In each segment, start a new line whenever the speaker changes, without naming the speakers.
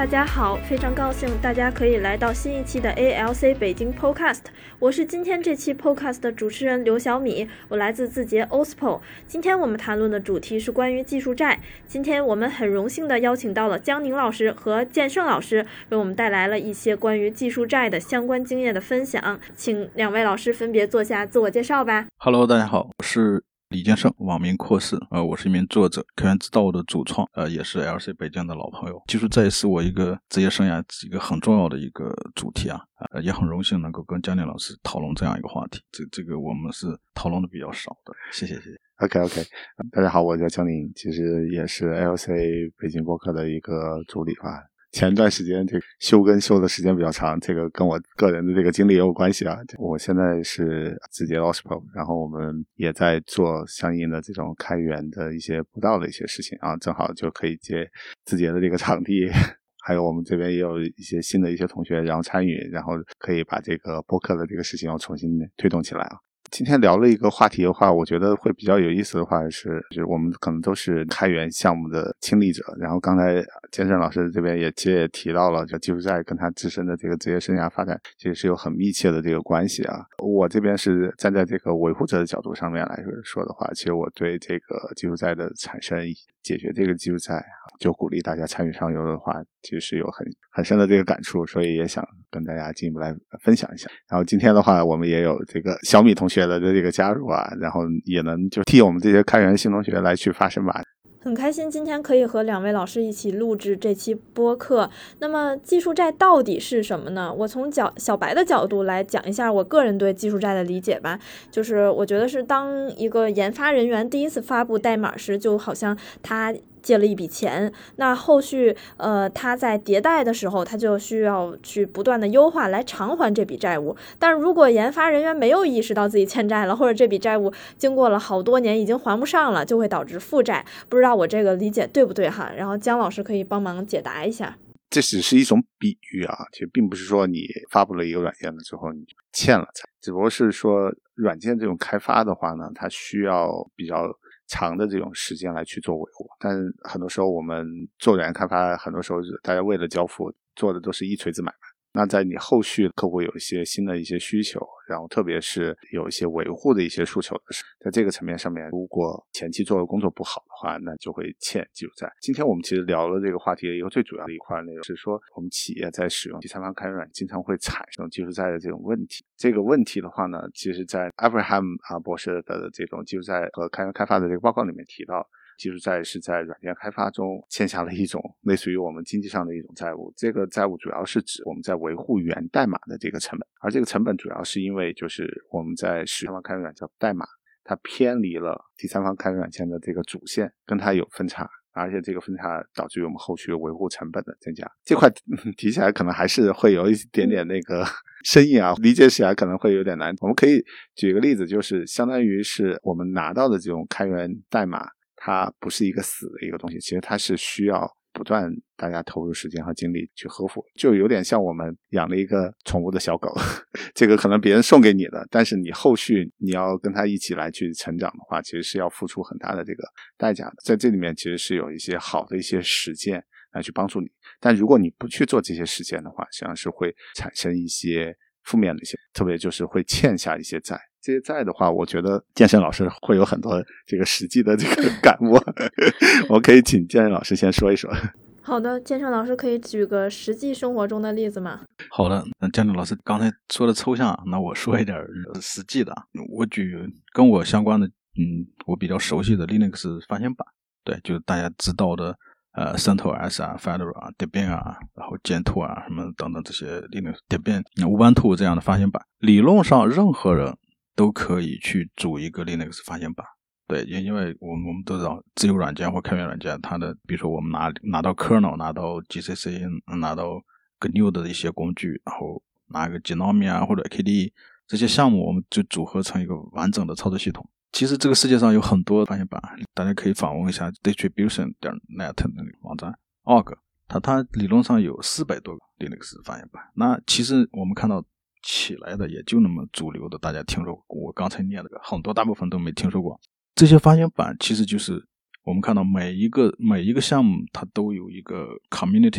大家好，非常高兴大家可以来到新一期的 ALC 北京 Podcast， 我是今天这期 Podcast 的主持人刘小米，我来自字节 OSPO。 今天我们谈论的主题是关于技术债。今天我们很荣幸的邀请到了江宁老师和建胜老师，为我们带来了一些关于技术债的相关经验的分享，请两位老师分别做下自我介绍吧。
Hello， 大家好，我是李建胜，网名阔士，我是一名作者，开源之道的主创，也是 LC 北京的老朋友。技术债是我一个职业生涯一个很重要的一个主题啊，也很荣幸能够跟江宁老师讨论这样一个话题，这个我们是讨论的比较少的，谢谢。
OK， 大家好，我叫江宁，其实也是 LC 北京播客的一个主理吧。前段时间这个休的时间比较长，这个跟我个人的这个经历也有关系啊。我现在是字节 OSPO， 然后我们也在做相应的这种开源的一些布道的一些事情啊，正好就可以借字节的这个场地，还有我们这边也有一些新的一些同学然后参与，然后可以把这个播客的这个事情要重新推动起来啊。今天聊了一个话题的话，我觉得会比较有意思的话就是我们可能都是开源项目的亲历者，然后刚才建胜老师这边也提到了，就技术债跟他自身的这个职业生涯发展其实是有很密切的这个关系啊。我这边是站在这个维护者的角度上面来说的话，其实我对这个技术债的产生解决这个技术债就鼓励大家参与上游的话，其实是有很深的这个感触，所以也想跟大家进一步来分享一下。然后今天的话我们也有这个小米同学的这个加入啊，然后也能就替我们这些开源新同学来去发声吧。
很开心今天可以和两位老师一起录制这期播客。那么技术债到底是什么呢？我从小白的角度来讲一下我个人对技术债的理解吧。就是我觉得是当一个研发人员第一次发布代码时，就好像他借了一笔钱，那后续他在迭代的时候，他就需要去不断的优化来偿还这笔债务。但是如果研发人员没有意识到自己欠债了，或者这笔债务经过了好多年已经还不上了，就会导致负债。不知道我这个理解对不对哈？然后姜老师可以帮忙解答一下。
这只是一种比喻啊，其实并不是说你发布了一个软件了之后你就欠了债，只不过是说软件这种开发的话呢，它需要比较长的这种时间来去做维护，但很多时候我们做软件开发，很多时候大家为了交付做的都是一锤子买卖。那在你后续客户有一些新的一些需求，然后特别是有一些维护的一些诉求的时候，在这个层面上面，如果前期做的工作不好的话，那就会欠技术债。今天我们其实聊了这个话题的一个最主要的一块内容是说，我们企业在使用第三方开源软件经常会产生技术债的这种问题。这个问题的话呢，其实在 Abraham 博士的这种技术债和开源开发的这个报告里面提到，技术债是在软件开发中欠下了一种类似于我们经济上的一种债务，这个债务主要是指我们在维护源代码的这个成本，而这个成本主要是因为就是我们在使用开源软件代码它偏离了第三方开源软件的这个主线，跟它有分差，而且这个分差导致于我们后续维护成本的增加。这块提起来可能还是会有一点点那个生硬啊，理解起来可能会有点难。我们可以举一个例子，就是相当于是我们拿到的这种开源代码，它不是一个死的一个东西，其实它是需要不断大家投入时间和精力去呵护，就有点像我们养了一个宠物的小狗这个可能别人送给你的，但是你后续你要跟它一起来去成长的话，其实是要付出很大的这个代价的。在这里面其实是有一些好的一些实践来去帮助你，但如果你不去做这些实践的话，实际上是会产生一些负面的一些，特别就是会欠下一些债。这些债的话，我觉得建胜老师会有很多这个实际的这个感悟我可以请建胜老师先说一说。
好的，建胜老师可以举个实际生活中的例子吗？
好的，那建胜老师刚才说的抽象，那我说一点实际的。我举跟我相关的我比较熟悉的 Linux 发现版，对，就是大家知道的CentOS 啊 Fedora 啊 Debian 啊，然后 Gentoo 啊什么等等这些 Linux Debian Ubuntu 这样的发现版，理论上任何人都可以去组一个 Linux 发现版。对，因为我们都知道自由软件或开源软件，它的比如说我们拿到 kernel， 拿到 GCC， 拿到 GNU 的一些工具，然后拿一个 Gnome 啊或者 KDE 这些项目，我们就组合成一个完整的操作系统。其实这个世界上有很多发现版，大家可以访问一下 distribution.net 那个网站 org， 它理论上有400多个 Linux 发现版。那其实我们看到起来的也就那么主流的，大家听说过，我刚才念的很多大部分都没听说过。这些发现版其实就是我们看到每一个项目它都有一个 community，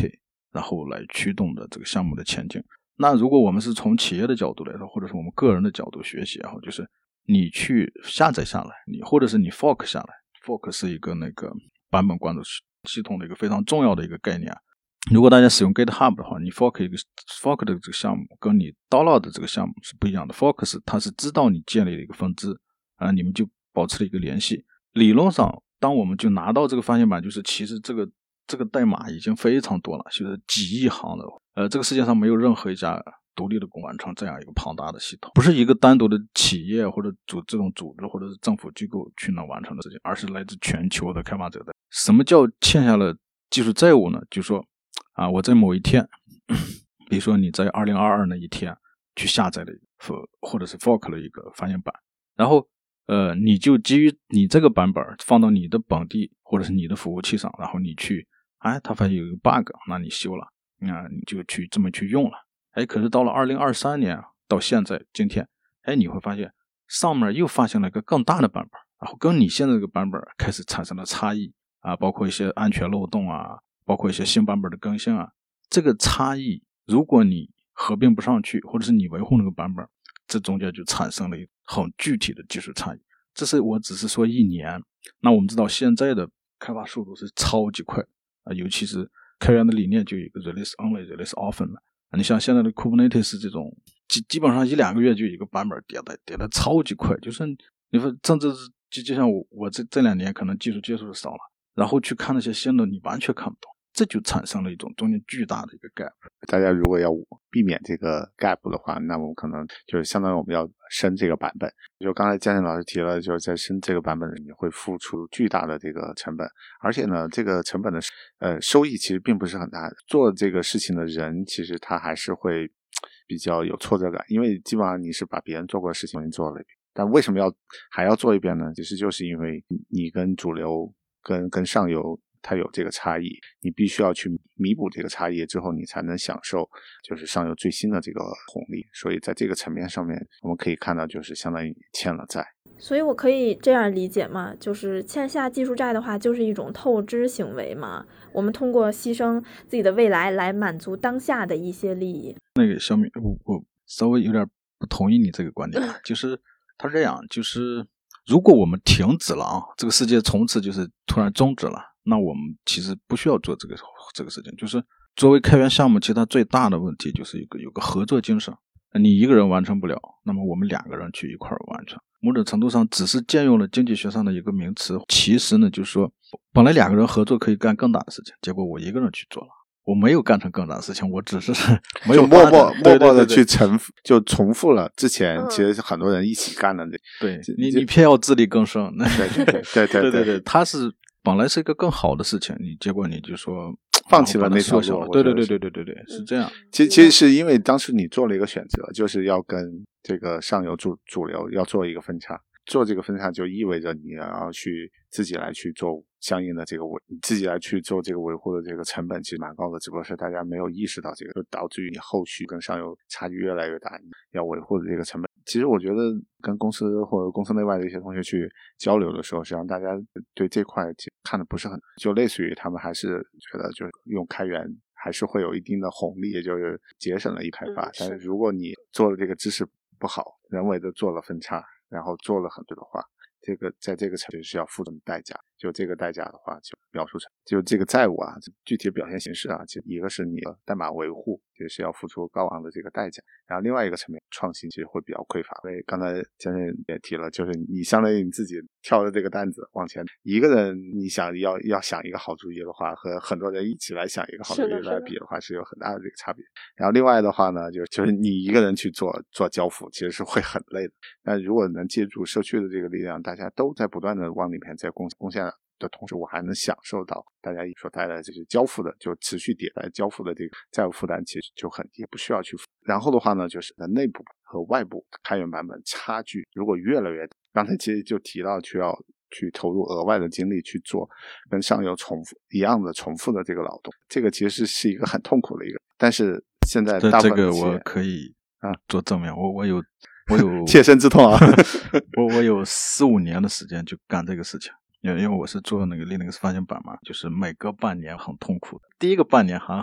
然后来驱动的这个项目的前进。那如果我们是从企业的角度来说，或者是我们个人的角度学习，然后就是你去下载下来，或者是你 fork 下来 ，fork 是一个那个版本管理系统的一个非常重要的一个概念。如果大家使用 GitHub 的话，你 fork 的这个项目跟你 download 的这个项目是不一样的。fork 它是知道你建立了一个分支你们就保持了一个联系。理论上，当我们就拿到这个发现版，就是其实这个代码已经非常多了，就是几亿行的。这个世界上没有任何一家独立的完成这样一个庞大的系统，不是一个单独的企业或者这种组织或者是政府机构去能完成的事情，而是来自全球的开发者的。什么叫欠下了技术债务呢？就是说我在某一天，比如说你在2022那一天去下载了或者是 fork 了一个发现版，然后你就基于你这个版本放到你的本地或者是你的服务器上，然后你去他发现有一个 bug， 那你修了，你就这么去用了。可是到了2023年到现在今天，你会发现上面又发现了一个更大的版本，然后跟你现在这个版本开始产生了差异包括一些安全漏洞包括一些新版本的更新这个差异如果你合并不上去，或者是你维护那个版本，这中间就产生了一个很具体的技术差异。这是我只是说1年，那我们知道现在的开发速度是超级快尤其是开源的理念就有一个 release only release often 你像现在的 Kubernetes 这种基本上1-2个月就有一个版本叠得超级快，就是你说甚至就像我这2年可能技术接触的少了，然后去看那些新的你完全看不懂，这就产生了一种中间巨大的一个 gap。
大家如果要避免这个 gap 的话，那么可能就是相当于我们要升这个版本，就刚才嘉庆老师提了，就是在升这个版本你会付出巨大的这个成本，而且呢这个成本的收益其实并不是很大的，做这个事情的人其实他还是会比较有挫折感，因为基本上你是把别人做过的事情做了一遍，但为什么还要做一遍呢？其实就是因为你跟主流跟上游它有这个差异，你必须要去弥补这个差异之后，你才能享受就是上游最新的这个红利。所以在这个层面上面，我们可以看到就是相当于欠了债。
所以我可以这样理解吗？就是欠下技术债的话，就是一种透支行为嘛？我们通过牺牲自己的未来来满足当下的一些利益。
那个小米，我稍微有点不同意你这个观点，就是它这样，就是如果我们停止了这个世界从此就是突然终止了，那我们其实不需要做这个事情。就是作为开源项目，其实它最大的问题就是有个合作精神，你一个人完成不了，那么我们2个人去一块完成。某种程度上只是借用了经济学上的一个名词，其实呢就是说本来2个人合作可以干更大的事情，结果我一个人去做了，我没有干成更大的事情，我只是没有
默默的去就重复了之前其实很多人一起干的。
对，你偏要自力更生。
对，
它是本来是一个更好的事情，结果你就说
放弃了那条路。
对，是这样。
其实是因为当时你做了一个选择，就是要跟这个上游主流要做一个分叉，做这个分叉就意味着你要去自己来去做相应的这个你自己来去做这个维护的这个成本其实蛮高的，只不过是大家没有意识到这个，就导致于你后续跟上游差距越来越大，你要维护的这个成本。其实我觉得跟公司或者公司内外的一些同学去交流的时候，实际上大家对这块看的不是很，就类似于他们还是觉得就是用开源还是会有一定的红利，也就是节省了一开发。但是如果你做的这个知识不好，人为的做了分叉，然后做了很多的话，这个在这个层面是要付出的代价，就这个代价的话就描述成就这个债务具体的表现形式其实一个是你的代码维护就是要付出高昂的这个代价，然后另外一个层面创新其实会比较匮乏。因为刚才江先生也提了，就是你相当于你自己跳着这个担子往前，一个人你想要想一个好主意的话，和很多人一起来想一个好主意来比的话是有很大的这个差别。然后另外的话呢，就是你一个人去做交付其实是会很累的，但如果能借助社区的这个力量，大家都在不断的往里面在贡献的同时，我还能享受到大家所带来的这些交付的就持续迭代交付的这个债务负担其实就很低，不需要去付。然后的话呢，就是内部和外部开源版本差距如果越来越大，刚才其实就提到需要去投入额外的精力去做跟上游重复的这个劳动，这个其实是一个很痛苦的一个，但是现在大部分
这个我可以做证明，我有
切身之痛
我有4-5年的时间就干这个事情。因为我是做那个 Linux 发现版嘛，就是每隔半年很痛苦的。第一个半年还好，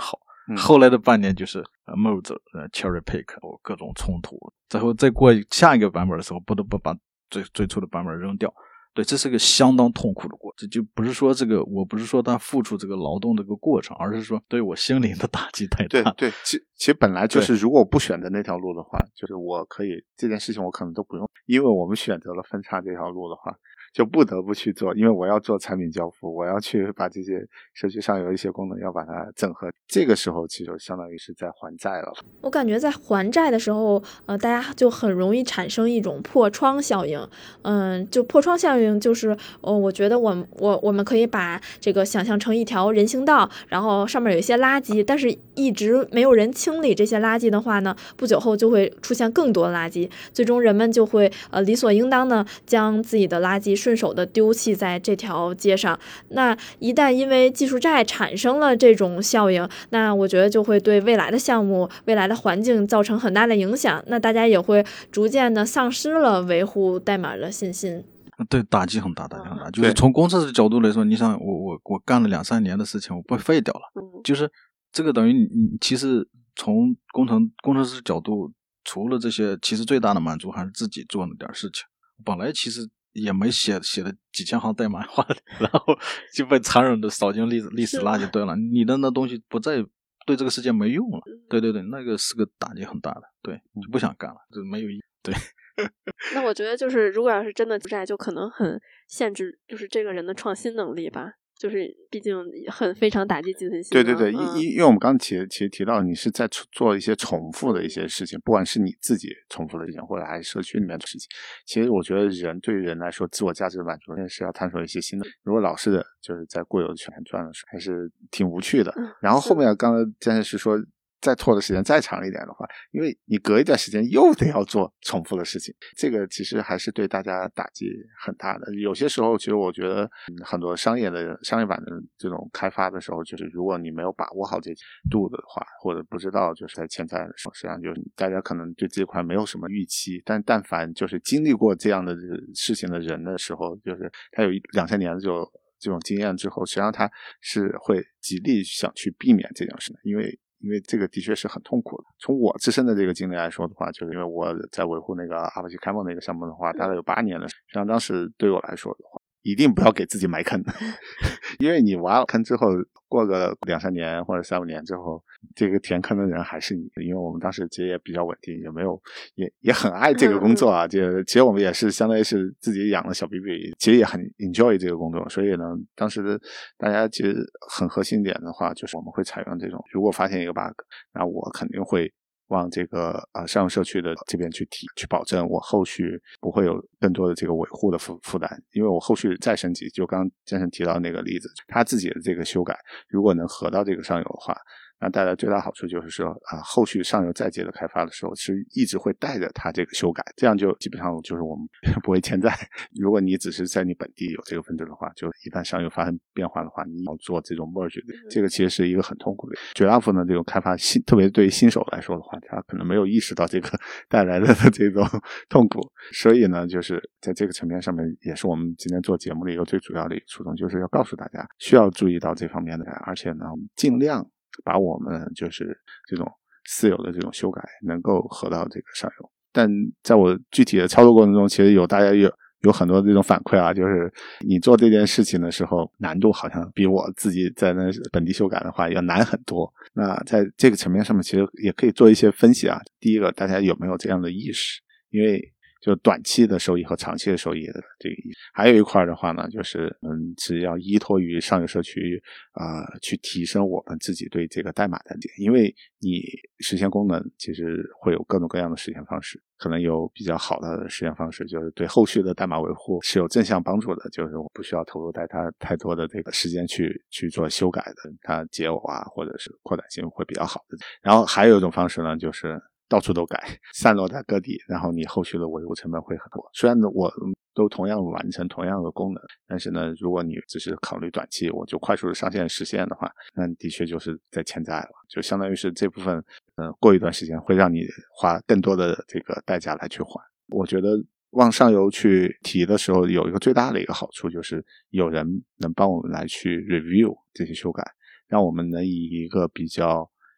后来的半年就是mods cherry pick 各种冲突，最后再过下一个版本的时候不得不把最初的版本扔掉。对，这是个相当痛苦的过程，就不是说我不是说他付出这个劳动这个过程，而是说对我心灵的打击太大。
对，其实本来就是如果不选择那条路的话，就是我可以这件事情我可能都不用，因为我们选择了分叉这条路的话，就不得不去做，因为我要做产品交付，我要去把这些社区上有一些功能要把它整合，这个时候其实相当于是在还债了。
我感觉在还债的时候大家就很容易产生一种破窗效应。就破窗效应就是我觉得我们可以把这个想象成一条人行道，然后上面有一些垃圾，但是一直没有人清理这些垃圾的话呢，不久后就会出现更多的垃圾，最终人们就会理所应当的将自己的垃圾顺手的丢弃在这条街上。那一旦因为技术债产生了这种效应，那我觉得就会对未来的项目、未来的环境造成很大的影响，那大家也会逐渐的丧失了维护代码的信心。
对，打击很大，就是从工程师的角度来说，你想我干了2-3年的事情，我被废掉了，就是这个等于你其实从工程师角度，除了这些，其实最大的满足还是自己做那点事情。本来其实也没写了几千行代码化的，然后就被残忍的扫进历史垃圾堆了。你的那东西不再对这个世界没用了。对，那个是个打击很大的，对，就不想干了，就没有意义。对。
那我觉得就是如果要是真的债，就可能很限制就是这个人的创新能力吧，就是毕竟非常打击自信心。
对，因为我们刚刚其实提到你是在做一些重复的一些事情，不管是你自己重复的事情，或者还是社区里面的事情。其实我觉得对于人来说，自我价值的满足是要探索一些新的。如果老是的就是在固有的圈转的时候，还是挺无趣的。然后后面刚才建设是说再拖的时间再长一点的话，因为你隔一段时间又得要做重复的事情，这个其实还是对大家打击很大的。有些时候其实我觉得很多商业版的这种开发的时候，就是如果你没有把握好这度的话，或者不知道就是在潜在的时候，实际上就是大家可能对这块没有什么预期，但凡就是经历过这样的事情的人的时候，就是他有2-3年这种经验之后，实际上他是会极力想去避免这件事的，因为这个的确是很痛苦的。从我自身的这个经历来说的话，就是因为我在维护那个阿帕奇开放那个项目的话，大概有8年了。实际上当时对我来说的话，一定不要给自己埋坑，因为你挖了坑之后，过个2-3年或者3-5年之后，这个填坑的人还是你。因为我们当时其实也比较稳定，也很爱这个工作啊。其实我们也是相当于是自己养了小 BB， 其实也很 enjoy 这个工作。所以呢，当时的大家其实很核心点的话，就是我们会采用这种，如果发现一个 bug， 那我肯定会往这个上游社区的这边去保证我后续不会有更多的这个维护的负担。因为我后续再升级，就刚刚健身提到那个例子，他自己的这个修改如果能合到这个上游的话，那带来最大好处就是说后续上游再接的开发的时候是一直会带着它这个修改，这样就基本上就是我们不会欠债。如果你只是在你本地有这个分支的话，就一旦上游发生变化的话，你要做这种 merge， 这个其实是一个很痛苦的。绝大部分的这种开发特别对于新手来说的话，他可能没有意识到这个带来的这种痛苦。所以呢，就是在这个层面上面，也是我们今天做节目的一个最主要的一个初衷，就是要告诉大家需要注意到这方面的，而且呢尽量把我们就是这种私有的这种修改能够合到这个上游。但在我具体的操作过程中，其实大家有很多这种反馈啊，就是你做这件事情的时候难度好像比我自己在那本地修改的话要难很多。那在这个层面上面其实也可以做一些分析啊。第一个，大家有没有这样的意识，因为就短期的收益和长期的收益的这个意思。还有一块的话呢，就是是要依托于上游社区去提升我们自己对这个代码的理解。因为你实现功能其实会有各种各样的实现方式，可能有比较好的实现方式，就是对后续的代码维护是有正向帮助的，就是我不需要投入它太多的这个时间去做修改的，它解耦或者是扩展性会比较好的。然后还有一种方式呢，就是到处都改，散落在各地，然后你后续的维护成本会很多。虽然我都同样完成同样的功能，但是呢，如果你只是考虑短期我就快速的上线实现的话，那的确就是在欠债了，就相当于是这部分过一段时间会让你花更多的这个代价来去还。我觉得往上游去提的时候有一个最大的一个好处，就是有人能帮我们来去 review 这些修改，让我们能以一个比较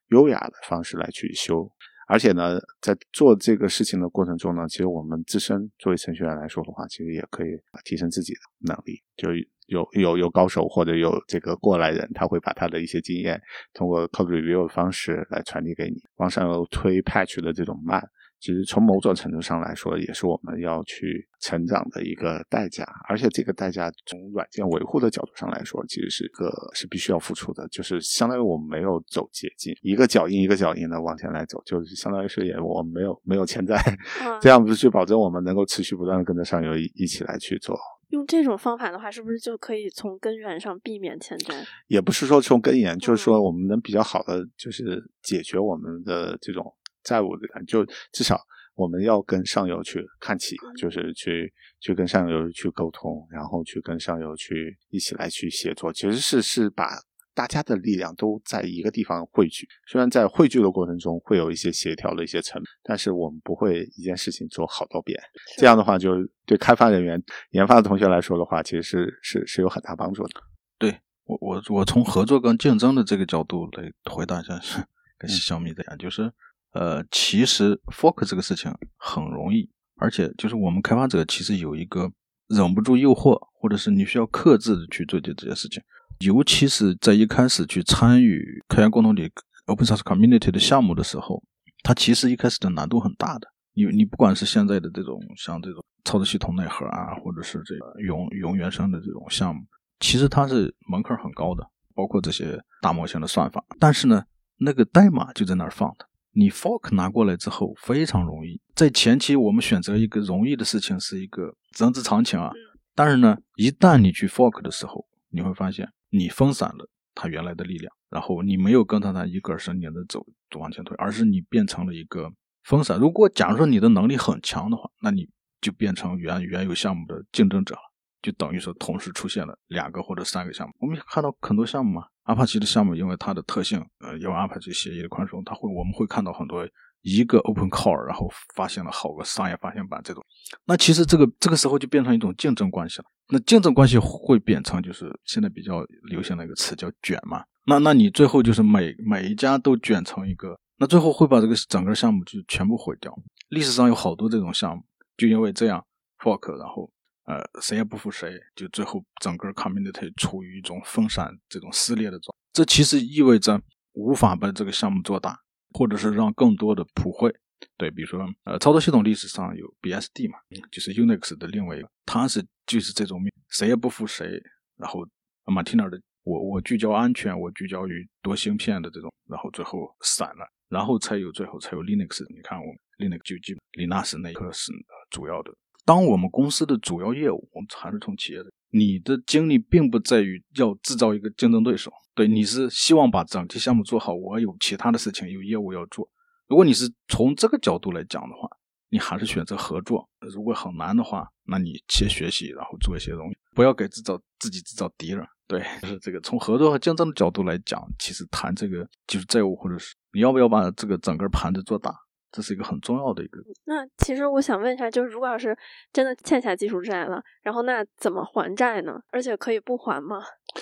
优雅的方式来去修。而且呢，在做这个事情的过程中呢，其实我们自身作为程序员来说的话，其实也可以提升自己的能力。就有高手或者有这个过来人，他会把他的一些经验通过 code review 的方式来传递给你。往上游推 patch 的这种慢，其实从某种程度上来说，也是我们要去成长的一个代价。而且这个代价从软件维护的角度上来说，其实是必须要付出的，就是相当于我们没有走捷径，一个脚印一个脚印的往前来走，就是相当于是我们没有欠债，这样不是去保证我们能够持续不断的跟着上游一起来去做。
用这种方法的话，是不是就可以从根源上避免欠债？
也不是说从根源，就是说我们能比较好的就是解决我们的这种债务的，就至少我们要跟上游去看齐，就是去跟上游去沟通，然后去跟上游去一起来去协作，其实是把大家的力量都在一个地方汇聚。虽然在汇聚的过程中会有一些协调的一些成本，但是我们不会一件事情做好多遍，这样的话就对开发人员研发的同学来说的话，其实是有很大帮助的。
对，我从合作跟竞争的这个角度来回答一下跟小米的讲，就是其实 fork 这个事情很容易，而且就是我们开发者其实有一个忍不住诱惑，或者是你需要克制的去做这些事情，尤其是在一开始去参与开源共同体 Open Source Community 的项目的时候，它其实一开始的难度很大的。你不管是现在的这种像这种操作系统内核啊，或者是这个云原生的这种项目，其实它是门槛很高的，包括这些大模型的算法。但是呢，那个代码就在那儿放的，你 fork 拿过来之后非常容易。在前期我们选择一个容易的事情是一个人之常情啊，但是呢，一旦你去 fork 的时候，你会发现你分散了它原来的力量，然后你没有跟着它一个绳结的走往前推，而是你变成了一个分散。如果假如说你的能力很强的话，那你就变成原有项目的竞争者了，就等于说同时出现了2个或者3个项目。我们看到很多项目嘛，Apache 的项目因为它的特性，因为 Apache 协议的宽松，我们会看到很多一个 open core 然后发现了好个商业发现版这种。那其实这个时候就变成一种竞争关系了。那竞争关系会变成就是现在比较流行的一个词叫卷嘛。那你最后就是每一家都卷成一个，那最后会把这个整个项目就全部毁掉。历史上有好多这种项目，就因为这样 fork， 然后谁也不服谁，就最后整个 community 处于一种分散这种撕裂的状态。这其实意味着无法把这个项目做大，或者是让更多的普惠。对，比如说操作系统历史上有 BSD 嘛，就是 Unix 的另外一个，它就是这种谁也不服谁，然后 Martina 的我聚焦安全，我聚焦于多芯片的这种，然后最后散了，然后最后才有 Linux。 你看我们 Linux 就基本 Linux 那一颗是主要的。当我们公司的主要业务，我们还是从企业的，你的精力并不在于要制造一个竞争对手，对，你是希望把整体项目做好，我有其他的事情有业务要做。如果你是从这个角度来讲的话，你还是选择合作。如果很难的话，那你先学习，然后做一些东西，不要给自己制造敌人。对，就是这个从合作和竞争的角度来讲，其实谈这个就是债务，或者是你要不要把这个整个盘子做大，这是一个很重要的一个。
那其实我想问一下，就是如果要是真的欠下技术债了，然后那怎么还债呢？而且可以不还吗？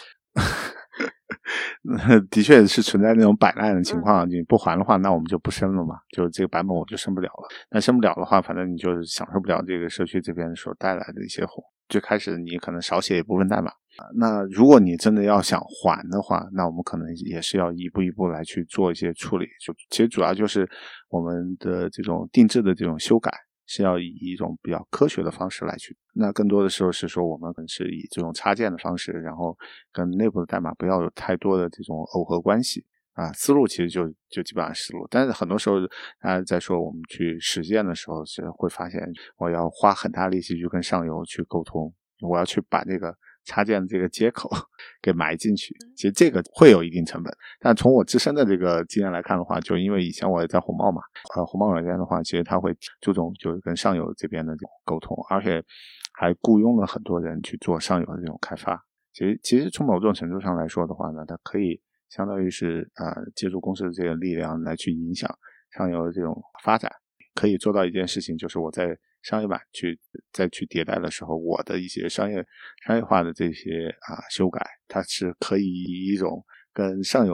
的确是存在那种摆烂的情况，你不还的话，那我们就不升了嘛，就这个版本我就升不了了。那升不了的话，反正你就是享受不了这个社区这边所带来的一些红。最开始你可能少写一部分代码，那如果你真的要想还的话，那我们可能也是要一步一步来去做一些处理。就其实主要就是我们的这种定制的这种修改，是要以一种比较科学的方式来去。那更多的时候是说我们可能是以这种插件的方式，然后跟内部的代码不要有太多的这种耦合关系啊。思路其实就基本上思路，但是很多时候大家在说我们去实践的时候，是会发现我要花很大力气去跟上游去沟通，我要去把这个插件的这个接口给埋进去，其实这个会有一定成本。但从我自身的这个经验来看的话，就因为以前我也在红帽嘛，红帽软件的话，其实它会注重就是跟上游这边的这种沟通，而且还雇佣了很多人去做上游的这种开发。其实从某种程度上来说的话呢，它可以相当于是借助公司的这个力量来去影响上游的这种发展，可以做到一件事情，就是我在商业版再去迭代的时候，我的一些商业化的这些修改，它是可以以一种跟上游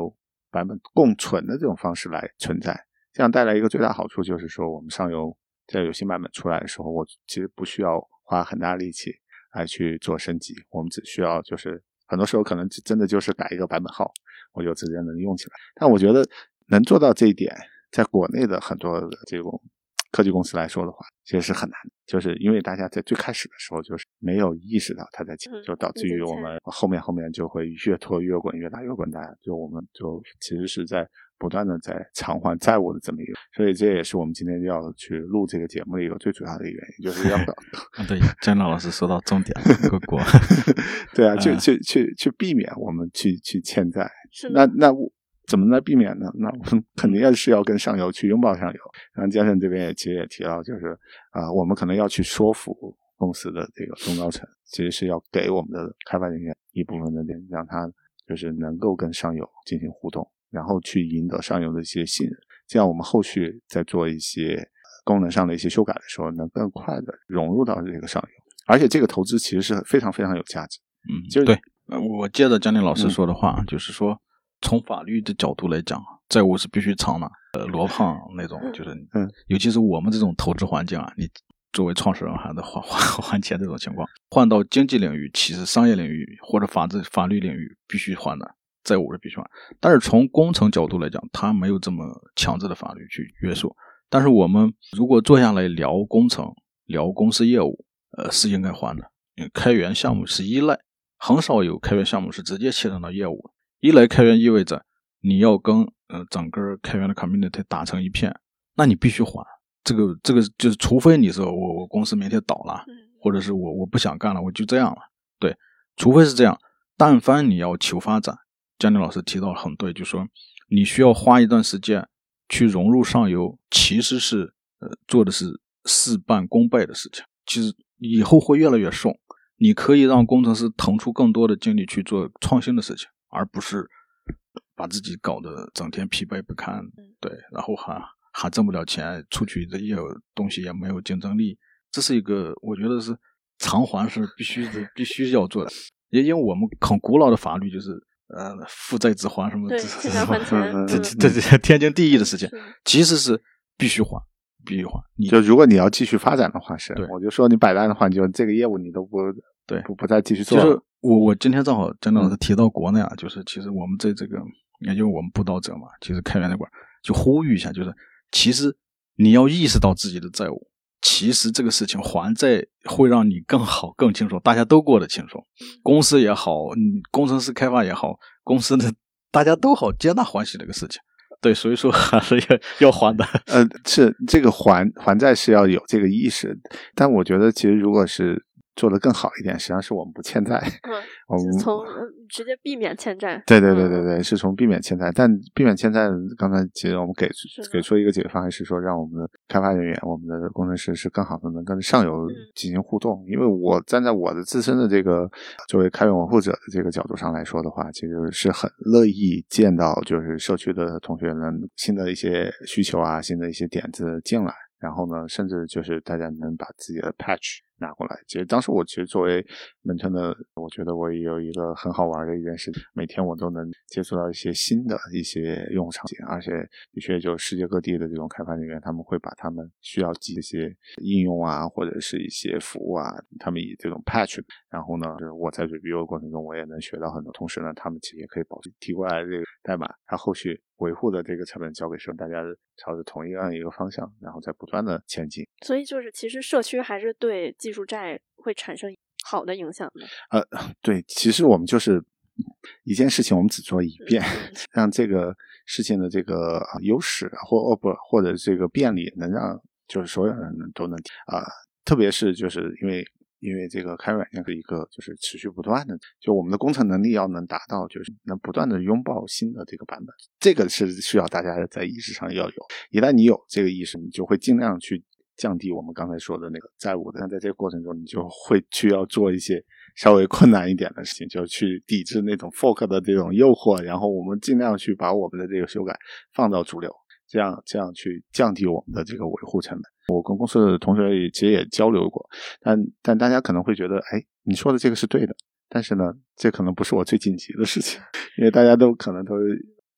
版本共存的这种方式来存在。这样带来一个最大好处就是说，我们上游在有新版本出来的时候，我其实不需要花很大力气来去做升级，我们只需要就是很多时候可能真的就是改一个版本号，我就直接能用起来。但我觉得能做到这一点，在国内的很多的这种科技公司来说的话，其实是很难的，就是因为大家在最开始的时候就是没有意识到它在前，就导致于我们后面就会越拖越滚，越打越滚大，就我们就其实是在不断的在偿还债务的这么一个，所以这也是我们今天要去录这个节目的一个最主要的原因，就是要
对，姜老师说到重点了，过
对啊，去避免我们去欠债。那怎么来避免呢？那我们肯定是要跟上游去拥抱上游。然后嘉盛这边其实也提到，就是我们可能要去说服公司的这个中高层，其实是要给我们的开发人员一部分的点，让他就是能够跟上游进行互动，然后去赢得上游的一些信任，这样我们后续在做一些功能上的一些修改的时候，能更快的融入到这个上游。而且这个投资其实是非常非常有价值。就是
对，我接着江林老师说的话，就是说从法律的角度来讲，债务是必须偿的。罗胖那种就是，尤其是我们这种投资环境啊，你作为创始人还得还钱这种情况，换到经济领域，其实商业领域或者法律领域必须还的债务是必须还。但是从工程角度来讲，它没有这么强制的法律去约束。但是我们如果坐下来聊工程、聊公司业务，是应该还的。开源项目是依赖，很少有开源项目是直接切断到业务。依赖开源意味着你要跟整个开源的 community 打成一片，那你必须还。这个就是除非你说我公司明天倒了，或者是我不想干了，我就这样了。对，除非是这样。但凡你要求发展，江林老师提到很对，就是说你需要花一段时间去融入上游，其实是做的是事半功倍的事情。其实以后会越来越顺，你可以让工程师腾出更多的精力去做创新的事情，而不是把自己搞得整天疲惫不堪。对，然后还挣不了钱，出去的业务东西也没有竞争力。这是一个我觉得是偿还是必须要做的。因为我们很古老的法律就是负债子还什么，
对，欠债还钱，
这天经地义的事情，其实是必须还。
就如果你要继续发展的话，是
对，
我就说你摆烂的话，你就这个业务你都不再继续做了。
就是我今天正好江老师提到国内啊，就是其实我们这个，也就是我们布道者嘛，其实开源那块就呼吁一下，就是其实你要意识到自己的债务，其实这个事情还债会让你更好更轻松，大家都过得轻松，公司也好，工程师开发也好，公司的大家都好，皆大欢喜这个事情。对，所以说还是要还的。
是这个还债是要有这个意识，但我觉得其实如果是做得更好一点，实际上是我们不欠债。我们
从直接避免欠债。
对，是从避免欠债。但避免欠债，刚才其实我们给出一个解决方案是说，让我们的开发人员、我们的工程师是更好的能跟上游进行互动。因为我站在我的自身的这个作为开源维护者的这个角度上来说的话，其实是很乐意见到就是社区的同学们新的一些需求啊、新的一些点子进来。然后呢，甚至就是大家能把自己的 patch 拿过来。其实当时我作为maintainer，我觉得我也有一个很好玩的一件事，每天我都能接触到一些新的一些用户场景，而且的确就世界各地的这种开发人员，他们会把他们需要记这些应用啊，或者是一些服务啊，他们以这种 patch， 然后呢，就是我在 review 的过程中我也能学到很多，同时呢，他们其实也可以保持提过来的这个代码，它后续维护的这个成本交给大家朝着同样一个方向，然后再不断的前进。
所以就是其实社区还是对技术债会产生好的影响的。
对，其实我们就是一件事情我们只做一遍，让这个事情的这个优势或者这个便利能让就是所有人都能特别是就是因为这个开软件是一个就是持续不断的，就我们的工程能力要能达到就是能不断的拥抱新的这个版本，这个是需要大家在意识上要有。一旦你有这个意识，你就会尽量去降低我们刚才说的那个债务的。但在这个过程中，你就会去要做一些稍微困难一点的事情，就去抵制那种 fork 的这种诱惑，然后我们尽量去把我们的这个修改放到主流，这样去降低我们的这个维护成本。我跟公司的同学其实也交流过，但大家可能会觉得，哎，你说的这个是对的，但是呢，这可能不是我最紧急的事情，因为大家都可能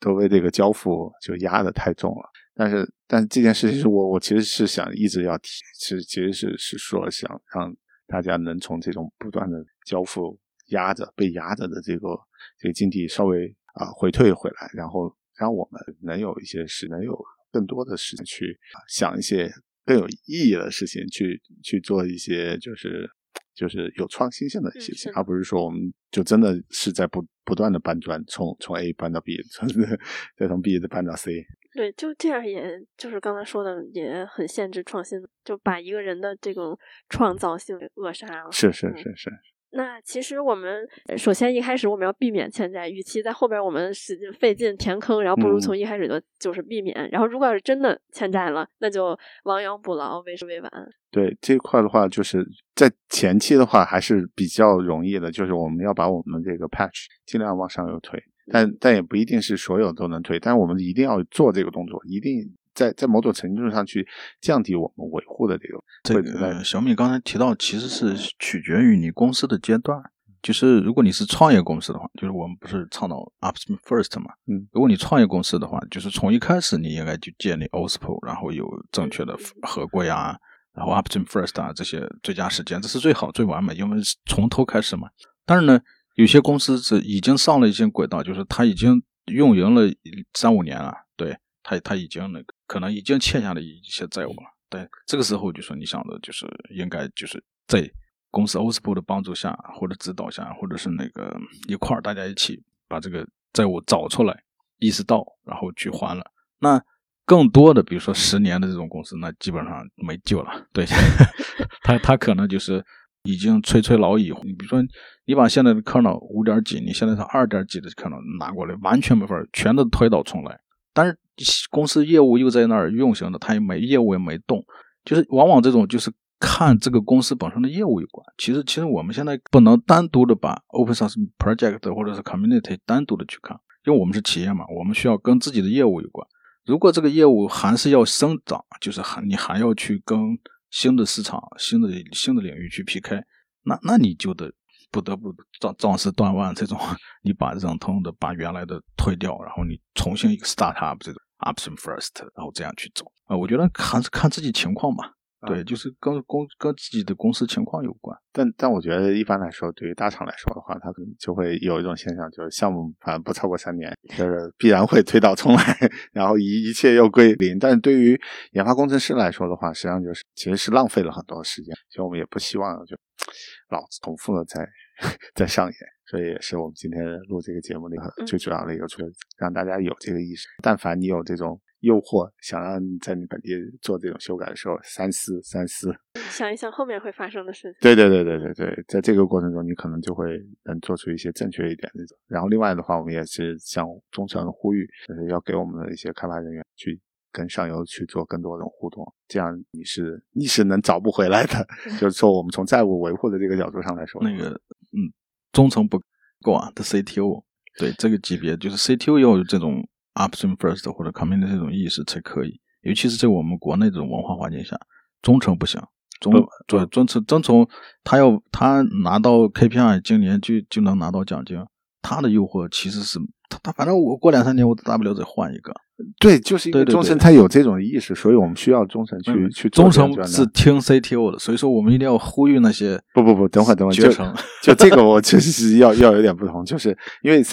都被这个交付就压得太重了。但是这件事情是我其实是想一直要提，其实是说想让大家能从这种不断的交付被压着的这个经济稍微回退回来，然后让我们能有更多的时间去想一些更有意义的事情，去做一些就是有创新性的一些事情，而不是说我们就真的是在不断的搬砖，从 A 搬到 B， 再从 B 再搬到 C。
对，就这样，也就是刚才说的，也很限制创新，就把一个人的这种创造性给扼杀了。
是。
那其实我们首先一开始我们要避免欠债，与其在后边我们使劲费劲填坑，然后不如从一开始就是避免。然后如果要是真的欠债了，那就亡羊补牢，为时未晚。
对，这块的话，就是在前期的话还是比较容易的，就是我们要把我们这个 patch 尽量往上游推，但也不一定是所有都能推，但我们一定要做这个动作，一定在某种程度上去降低我们维护的这个。
小米刚才提到，其实是取决于你公司的阶段。就是如果你是创业公司的话，就是我们不是倡导 Upstream First 嘛，如果你创业公司的话，就是从一开始你应该就建立 OSPO， 然后有正确的合规啊，然后 Upstream First 啊，这些最佳时间，这是最好最完美，因为从头开始嘛。但是呢，有些公司是已经上了一些轨道，就是他已经运营了3-5年了，对，他已经可能已经欠下了一些债务了。对，这个时候就说你想的就是应该就是在公司 OSPO 的帮助下，或者指导下，或者是一块大家一起把这个债务找出来，意识到，然后去还了。那更多的比如说10年的这种公司，那基本上没救了。对，他可能就是已经垂垂老矣。你比如说你把现在的 kernel 5点几，你现在是2点几的 kernel 拿过来，完全没法，全都推倒重来。但是公司业务又在那儿运行的，他业务也没动，就是往往这种就是看这个公司本身的业务有关。其实我们现在不能单独的把 Open Source Project 或者是 Community 单独的去看，因为我们是企业嘛，我们需要跟自己的业务有关。如果这个业务还是要生长，就是你还要去跟新的市场、新的领域去 PK， 那你就不得不壮士断腕，这种你把忍痛的把原来的推掉，然后你重新一个 startup 这种 Upstream First， 然后这样去走我觉得还是看自己情况吧。对，就是跟自己的公司情况有关。
但我觉得一般来说，对于大厂来说的话，它可能就会有一种现象，就是项目反正不超过3年，就是必然会推倒重来，然后一切又归零。但是对于研发工程师来说的话，实际上就是其实是浪费了很多时间，所以我们也不希望就老重复的在上演。所以也是我们今天录这个节目的一个最主要的一个出，让大家有这个意识。但凡你有这种诱惑，想让你在你本地做这种修改的时候，三思，
想一想后面会发生的事情。
对，在这个过程中，你可能就会能做出一些正确一点的。然后另外的话，我们也是向忠诚呼吁，就是要给我们的一些开发人员去跟上游去做更多的互动，这样你是能找不回来的。就是说，我们从债务维护的这个角度上来说，
忠诚不够啊的 CTO， 对这个级别，就是 CTO 要有这种 Upstream First 或者 Community 这种意识才可以，尤其是在我们国内这种文化环境下，忠诚不行。遵从他拿到 KPI， 今年就能拿到奖金，他的诱惑其实是他反正我过2-3年我大不了再换一个。
对，就是因为忠诚他有这种意识，所以我们需要忠诚去做。
忠诚是听 CTO 的，所以说我们一定要呼吁那些
不，等会儿，就这个我确实是要有点不同，就是因为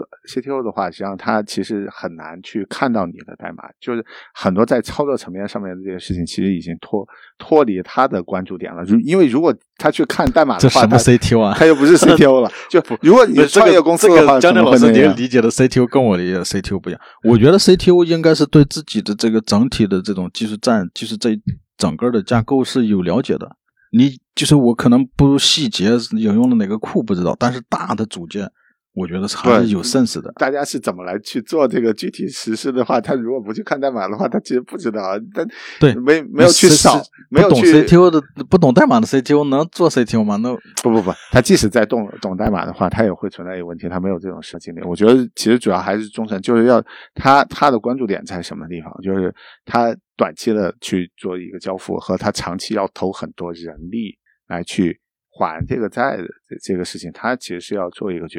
CTO 的话，实际上他其实很难去看到你的代码，就是很多在操作层面上面的这些事情，其实已经脱离他的关注点了。因为如果他去看代码的话，
这什么 CTO 啊？
他又不是 CTO 了。就如果你创业公司的话，
江江老师你理解的 CTO 跟我理解的 CTO 不一样。我觉得 CTO 应该是对自己的这个整体的这种技术栈，就是这整个的架构是有了解的。你就是我可能不细节引用的哪个库不知道，但是大的组件我觉得还是有 sense 的。
大家是怎么来去做这个具体实施的话，他如果不去看代码的话，他其实不知道。但
对，
没有去扫，没有去
不懂 CTO 的，不懂代码的 CTO 能做 CTO 吗？那
不，他即使在懂代码的话，他也会存在一个问题，他没有这种实经历。我觉得其实主要还是忠诚，就是要他的关注点在什么地方，就是他短期的去做一个交付，和他长期要投很多人力来去还这个债的这个事情，他其实是要做一个抉择。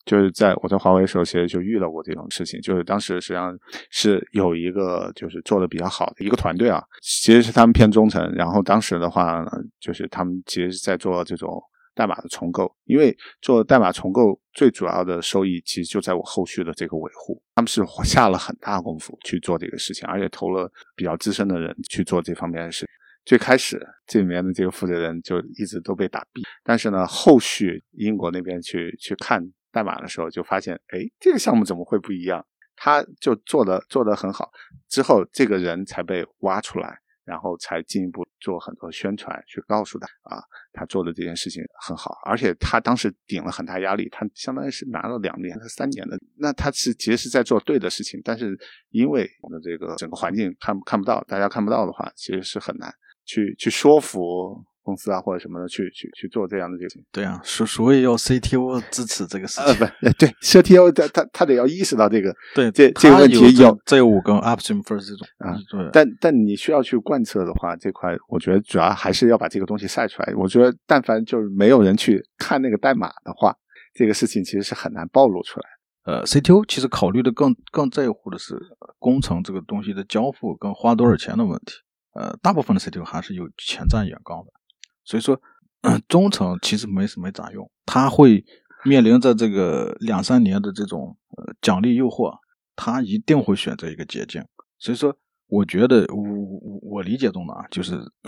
就是在我在华为的时候，其实就遇到过这种事情，就是当时实际上是有一个就是做的比较好的一个团队啊，其实是他们偏中层，然后当时的话呢，就是他们其实是在做这种代码的重构，因为做代码重构最主要的收益其实就在我后续的这个维护，他们是下了很大功夫去做这个事情，而且投了比较资深的人去做这方面的事情。最开始这里面的这个负责人就一直都被打毙，但是呢，后续英国那边去看代码的时候，就发现，这个项目怎么会不一样？他就做得很好，之后这个人才被挖出来，然后才进一步做很多宣传，去告诉他做的这件事情很好，而且他当时顶了很大压力，他相当于是拿了2年和3年的，那他其实是在做对的事情，但是因为我们的这个整个环境看不到，大家看不到的话，其实是很难去说服公司啊或者什么的去做这样的事情。
对啊，所以要 CTO 支持这个事情。
对 CTO 他得要意识到这个，
对
这个问题有
债务跟 upstream first 这种
对，但你需要去贯彻的话，这块我觉得主要还是要把这个东西晒出来。我觉得但凡就是没有人去看那个代码的话，这个事情其实是很难暴露出来。
CTO 其实考虑的更在乎的是工程这个东西的交付跟花多少钱的问题。大部分的 CTO 还是有前瞻眼光的，所以说中层其实没咋用，他会面临着这个2-3年的这种奖励诱惑，他一定会选择一个捷径。所以说我觉得我理解中的就是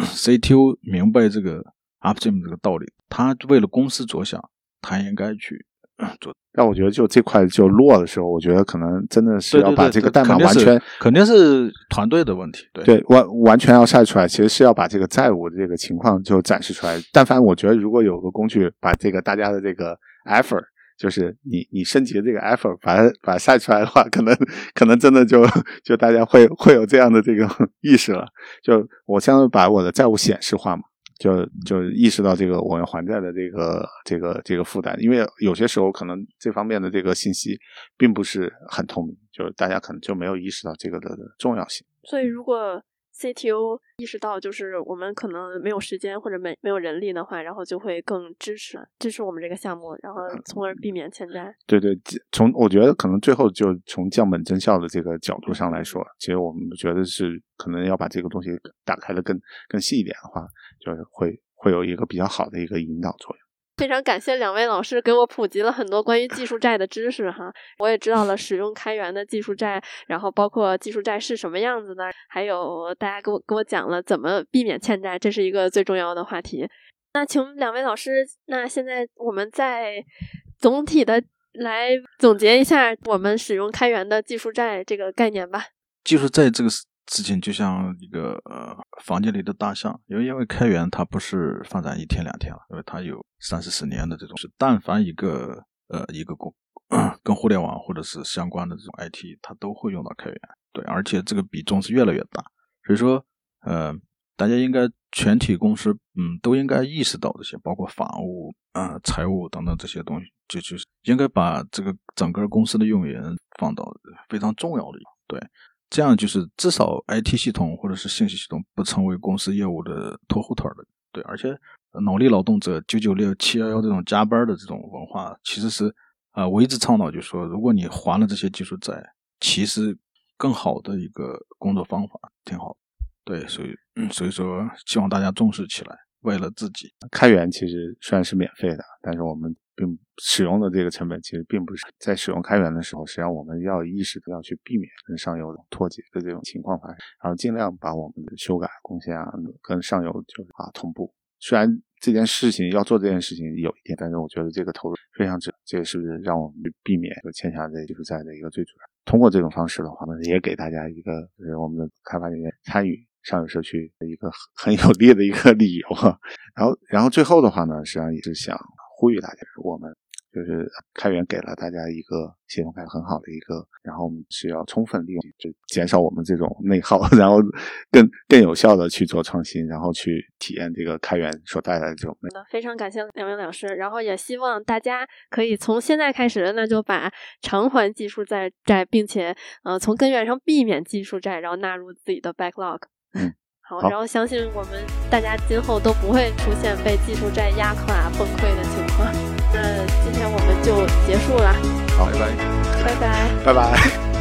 CTO 明白这个 upstream 这个道理，他为了公司着想，他应该去做。
但我觉得就这块就落的时候，我觉得可能真的是要把这个代码完全
肯定是团队的问题，
对完全要晒出来，其实是要把这个债务的这个情况就展示出来。但凡我觉得如果有个工具把这个大家的这个 effort， 就是你升级的这个 effort 把它晒出来的话，可能真的就大家会有这样的这个意识了。就我相当于把我的债务显示化嘛。就意识到这个我要还债的这个负担，因为有些时候可能这方面的这个信息并不是很透明，就是大家可能就没有意识到这个的重要性。
所以如果 CTO 意识到就是我们可能没有时间或者没有人力的话，然后就会更支持我们这个项目，然后从而避免欠债。
对，我觉得可能最后就从降本增效的这个角度上来说，其实我们觉得是可能要把这个东西打开的更细一点的话，就是会有一个比较好的一个引导作用。
非常感谢2位老师给我普及了很多关于技术债的知识哈，我也知道了使用开源的技术债，然后包括技术债是什么样子的，还有大家跟我讲了怎么避免欠债，这是一个最重要的话题。那请2位老师，那现在我们再总体的来总结一下我们使用开源的技术债这个概念吧。
技术债这个事情就像一个房间里的大象，因为开源它不是发展1天2天了，因为它有30-40年的这种，是但凡一个跟互联网或者是相关的这种 IT 它都会用到开源，对，而且这个比重是越来越大。所以说大家应该全体公司都应该意识到这些，包括法务财务等等这些东西，就是应该把这个整个公司的运营放到非常重要的，对，这样就是至少 IT 系统或者是信息系统不成为公司业务的拖后腿的，对，而且脑力劳动者996、711这种加班的这种文化，其实是我一直倡导就是说，如果你还了这些技术债，其实更好的一个工作方法挺好的，对，所以说希望大家重视起来，为了自己。
开源其实虽然是免费的，但是我们使用的这个成本其实并不是在使用开源的时候，实际上我们要意识到要去避免跟上游脱节的这种情况发生，然后尽量把我们的修改贡献跟上游就同步。虽然这件事情要做这件事情有一点，但是我觉得这个投入非常值，这也是让我们避免欠下这技术债的一个最主要。通过这种方式的话呢，也给大家一个就是我们的开发人员参与上游社区的一个很有利的一个理由。然后最后的话呢，实际上也是想呼吁大家，我们就是开源给了大家一个系统开很好的一个，然后我们是要充分利用，就减少我们这种内耗，然后更有效的去做创新，然后去体验这个开源所带来的这种。
非常感谢2位老师，然后也希望大家可以从现在开始，那就把偿还技术债，并且从根源上避免技术债，然后纳入自己的 backlog。好，然后相信我们大家今后都不会出现被技术债压垮崩溃的情况。那今天我们就结束了。
好，
拜拜。
拜拜。
拜拜。